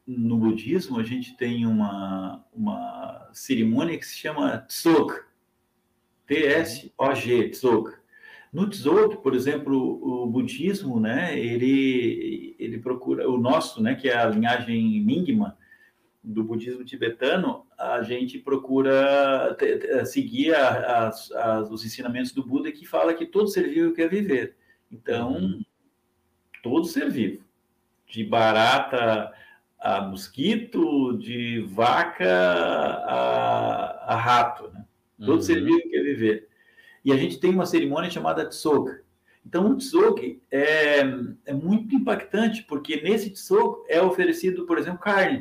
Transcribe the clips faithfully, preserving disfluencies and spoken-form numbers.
no budismo, a gente tem uma, uma cerimônia que se chama Tsog, T S O G, Tsog. No Tsog, por exemplo, o budismo, né, ele, ele procura, o nosso, né, que é a linhagem Nyingma, do budismo tibetano, a gente procura te, te, seguir a, a, a, os ensinamentos do Buda, que fala que todo ser vivo quer viver. Então, uhum. todo ser vivo, de barata a mosquito, de vaca a, a rato, né? Todo uhum. ser vivo quer viver. E a gente tem uma cerimônia chamada Tsog. Então, o Tsog é, é muito impactante, porque nesse Tsog é oferecido, por exemplo, carne.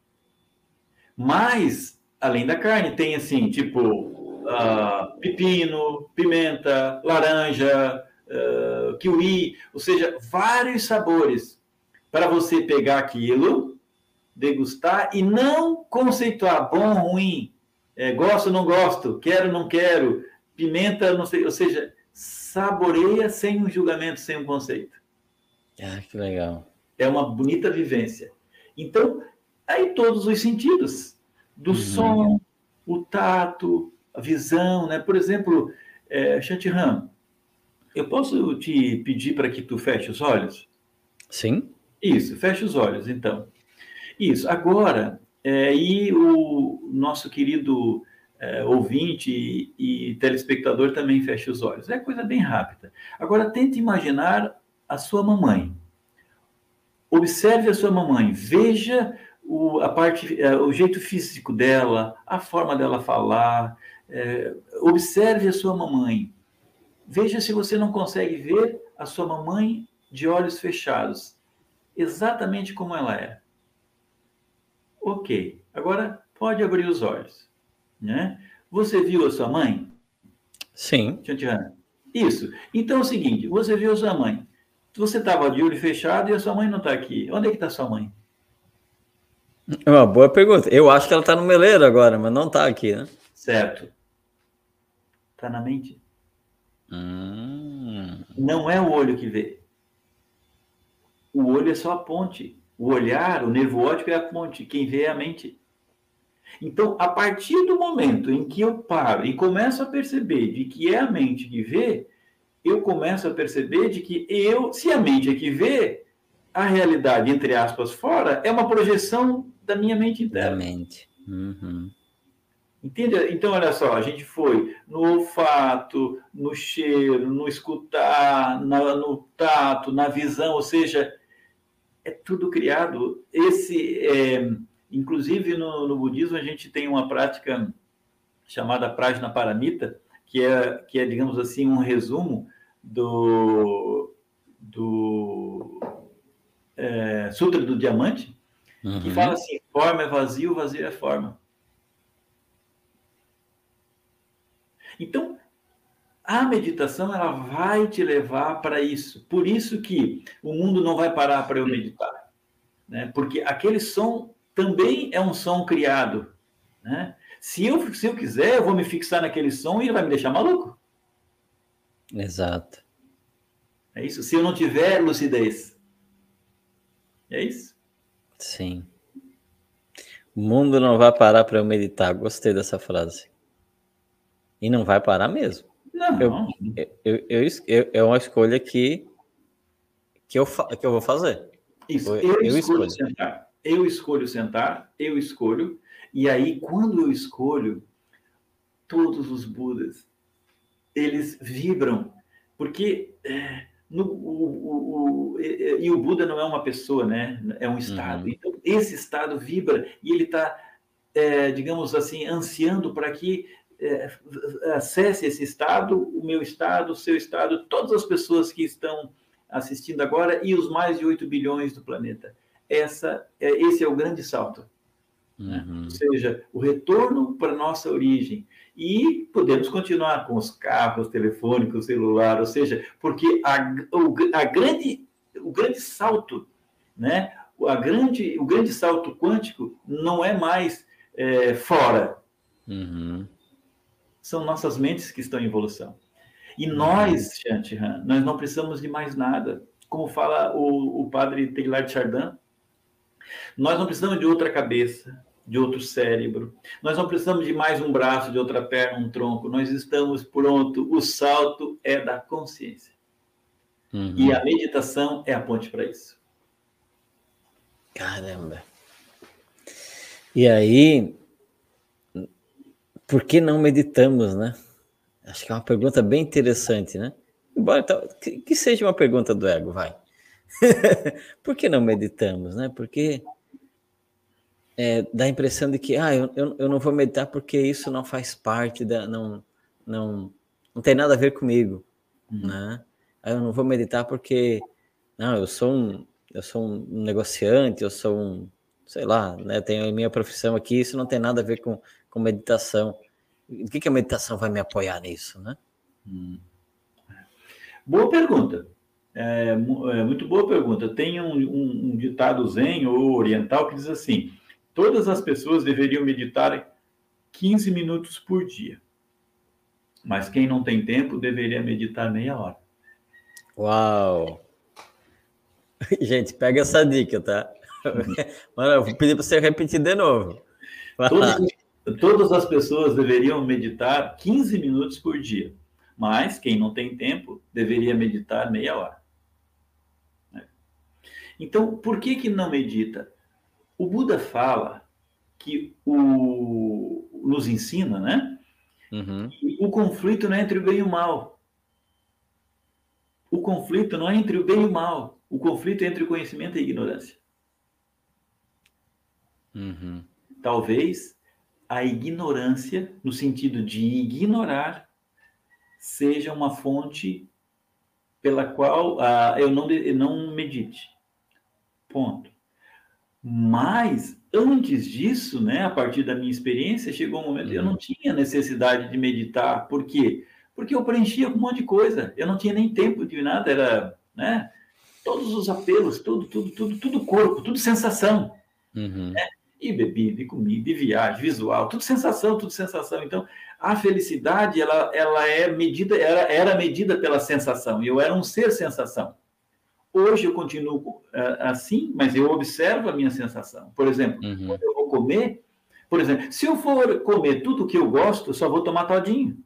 Mas, além da carne, tem assim, tipo, uh, pepino, pimenta, laranja, uh, kiwi, ou seja, vários sabores para você pegar aquilo, degustar e não conceituar bom, ruim, é, gosto, não gosto, quero, não quero, pimenta, não sei, ou seja, saboreia sem um julgamento, sem um conceito. Ah, que legal. É uma bonita vivência. Então, aí todos os sentidos, do uhum. som, o tato, a visão, né? Por exemplo, é, Shantiram, eu posso te pedir para que tu feche os olhos? Sim. Isso, feche os olhos, então. Isso, agora, é, e o nosso querido é, ouvinte e, e telespectador também feche os olhos. É coisa bem rápida. Agora, tente imaginar a sua mamãe. Observe a sua mamãe, veja o, a parte, o jeito físico dela, a forma dela falar, é, observe a sua mamãe. Veja se você não consegue ver a sua mamãe de olhos fechados, exatamente como ela é. Ok, agora pode abrir os olhos. Né? Você viu a sua mãe? Sim. Isso. Então é o seguinte, você viu a sua mãe. Você estava de olho fechado e a sua mãe não está aqui. Onde é que está sua mãe? É uma boa pergunta. Eu acho que ela está no meleiro agora, mas não está aqui, né? Certo. Está na mente. Hum. Não é o olho que vê. O olho é só a ponte. O olhar, o nervo óptico é a ponte. Quem vê é a mente. Então, a partir do momento em que eu paro e começo a perceber de que é a mente que vê, eu começo a perceber de que eu, se a mente é que vê, a realidade, entre aspas, fora, é uma projeção da minha mente interna. Da mente. Uhum. Entende? Então, olha só, a gente foi no olfato, no cheiro, no escutar, na, no tato, na visão, ou seja, é tudo criado. Esse, é, inclusive, no, no budismo, a gente tem uma prática chamada Prajnaparamita, que é, que é, digamos assim, um resumo do, do é, Sutra do Diamante, uhum. que fala assim, forma é vazio, vazio é forma. Então, a meditação, ela vai te levar para isso. Por isso que o mundo não vai parar para eu meditar. Né? Porque aquele som também é um som criado. Né? Se eu, se eu quiser, eu vou me fixar naquele som e ele vai me deixar maluco. Exato. É isso? Se eu não tiver lucidez. É isso? Sim. O mundo não vai parar para eu meditar. Gostei dessa frase. E não vai parar mesmo. Não. Eu, eu, eu, eu, é uma escolha que, que, eu, que eu vou fazer. Isso. Eu, eu, eu escolho, escolho sentar. Eu escolho sentar. Eu escolho. E aí, quando eu escolho, todos os Budas, eles vibram. Porque... É, No, o, o, o, e o Buda não é uma pessoa, né? É um estado. Uhum. Então, esse estado vibra e ele está, é, digamos assim, ansiando para que é, acesse esse estado, o meu estado, o seu estado, todas as pessoas que estão assistindo agora e os mais de oito bilhões do planeta. Essa, é, esse é o grande salto. Uhum. Né? Ou seja, o retorno para a nossa origem. E podemos continuar com os carros, telefônicos, celular, ou seja, porque a, o, a grande, o grande salto, né? a grande, o grande salto quântico não é mais é, fora. Uhum. São nossas mentes que estão em evolução. E uhum. nós, Shantiram, nós não precisamos de mais nada. Como fala o, o padre Teilhard de Chardin, Nós não precisamos de outra cabeça, de outro cérebro. Nós não precisamos de mais um braço, de outra perna, um tronco. Nós estamos pronto. O salto é da consciência. Uhum. E a meditação é a ponte para isso. Caramba. E aí, por que não meditamos, né? Acho que é uma pergunta bem interessante, né? Embora que, que seja uma pergunta do ego, vai. Por que não meditamos, né? Porque é, dá a impressão de que ah, eu, eu, eu não vou meditar porque isso não faz parte da... Não, não, não tem nada a ver comigo, uhum. né? Ah, eu não vou meditar porque... Não, eu sou um, eu sou um negociante, eu sou um... Sei lá, né? Tenho a minha profissão aqui, isso não tem nada a ver com, com meditação. O que, que a meditação vai me apoiar nisso, né? Hum. Boa pergunta. É, é muito boa pergunta. Tem um, um, um ditado zen ou oriental que diz assim: todas as pessoas deveriam meditar quinze minutos por dia. Mas quem não tem tempo deveria meditar meia hora. Uau! Gente, pega essa dica, tá? Mano, eu vou pedir para você repetir de novo. Todas, todas as pessoas deveriam meditar quinze minutos por dia. Mas quem não tem tempo deveria meditar meia hora. Então, por que que não medita? O Buda fala que o, nos ensina, né? Uhum. Que o conflito não é entre o bem e o mal. O conflito não é entre o bem e o mal. O conflito é entre o conhecimento e a ignorância. Uhum. Talvez a ignorância, no sentido de ignorar, seja uma fonte pela qual uh, eu, não, eu não medite. Ponto. Mas, antes disso, né, a partir da minha experiência, chegou um momento que eu não tinha necessidade de meditar. Por quê? Porque eu preenchia com um monte de coisa. Eu não tinha nem tempo de nada. Era, né, todos os apelos, tudo, tudo, tudo, tudo corpo, tudo sensação. Uhum. Né? E bebida, e comida, e viagem, visual, tudo sensação, tudo sensação. Então, a felicidade, ela, ela é medida, era, era medida pela sensação. E eu era um ser sensação. Hoje eu continuo uh, assim, mas eu observo a minha sensação. Por exemplo, uhum. quando eu vou comer, por exemplo, se eu for comer tudo que eu gosto, eu só vou tomar todinho.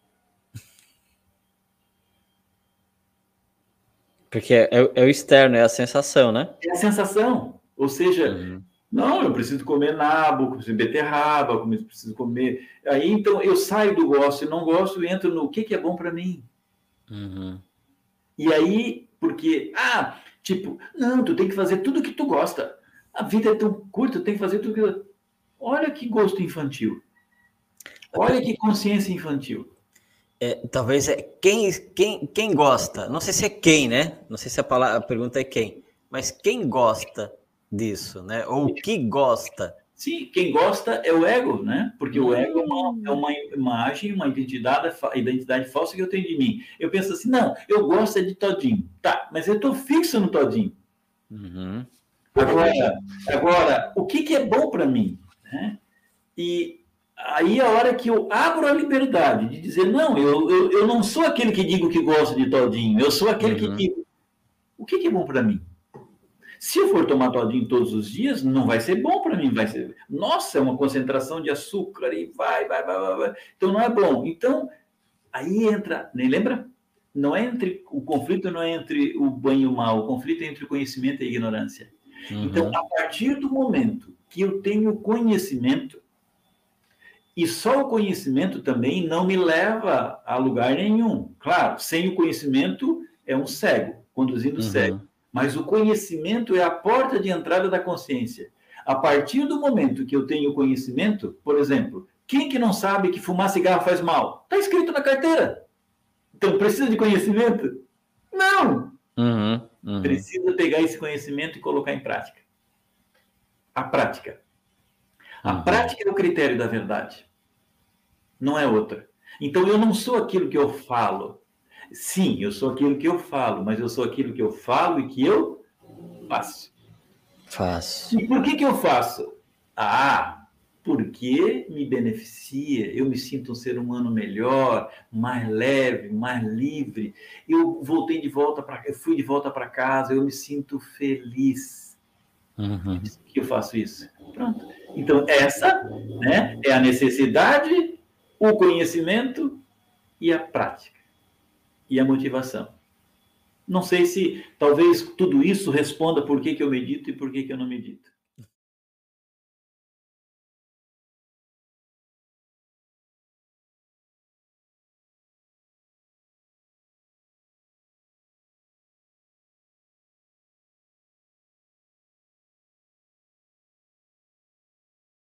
Porque é, é o externo, é a sensação, né? É a sensação. Ou seja, uhum. não, eu preciso comer nabo, eu preciso beterraba, eu preciso comer... Aí, então, eu saio do gosto e não gosto e entro no que, que é bom para mim. Uhum. E aí... Porque, ah, tipo, não, tu tem que fazer tudo que tu gosta. A vida é tão curta, tu tem que fazer tudo que... Olha que gosto infantil. Olha que consciência infantil. É, talvez é quem, quem, quem gosta, não sei se é quem, né? Não sei se a, palavra, a pergunta é quem, mas quem gosta disso, né? Ou o que gosta. Sim, quem gosta é o ego, né? Porque hum. o ego é uma, é uma imagem, uma identidade, identidade falsa que eu tenho de mim. Eu penso assim, não, eu gosto de todinho. Tá, mas eu estou fixo no todinho. Uhum. Agora, agora, o que, que é bom para mim? Né? E aí a hora que eu abro a liberdade de dizer, não, eu, eu, eu não sou aquele que digo que gosto de todinho, eu sou aquele uhum. que digo, o que, que é bom para mim? Se eu for tomar todinho todos os dias, não vai ser bom para mim, vai ser... Nossa, é uma concentração de açúcar e vai, vai, vai, vai, vai. Então, não é bom. Então, aí entra... Nem lembra? Não é entre... O conflito não é entre o bem e o mal. O conflito é entre o conhecimento e a ignorância. Uhum. Então, a partir do momento que eu tenho conhecimento, e só o conhecimento também não me leva a lugar nenhum. Claro, sem o conhecimento é um cego, conduzindo uhum. cego. Mas o conhecimento é a porta de entrada da consciência. A partir do momento que eu tenho conhecimento, por exemplo, quem que não sabe que fumar cigarro faz mal? Está escrito na carteira. Então, precisa de conhecimento? Não! Uhum, uhum. Precisa pegar esse conhecimento e colocar em prática. A prática. A uhum. prática é o critério da verdade. Não é outra. Então, eu não sou aquilo que eu falo. Sim, eu sou aquilo que eu falo, mas eu sou aquilo que eu falo e que eu faço. Faço. E por que que eu faço? Ah, porque me beneficia, eu me sinto um ser humano melhor, mais leve, mais livre. Eu voltei de volta para, eu fui de volta para casa, eu me sinto feliz. Uhum. Que eu faço isso. Pronto. Então, essa, né, é a necessidade, o conhecimento e a prática. E a motivação. Não sei se talvez tudo isso responda por que, que eu medito e por que, que eu não medito.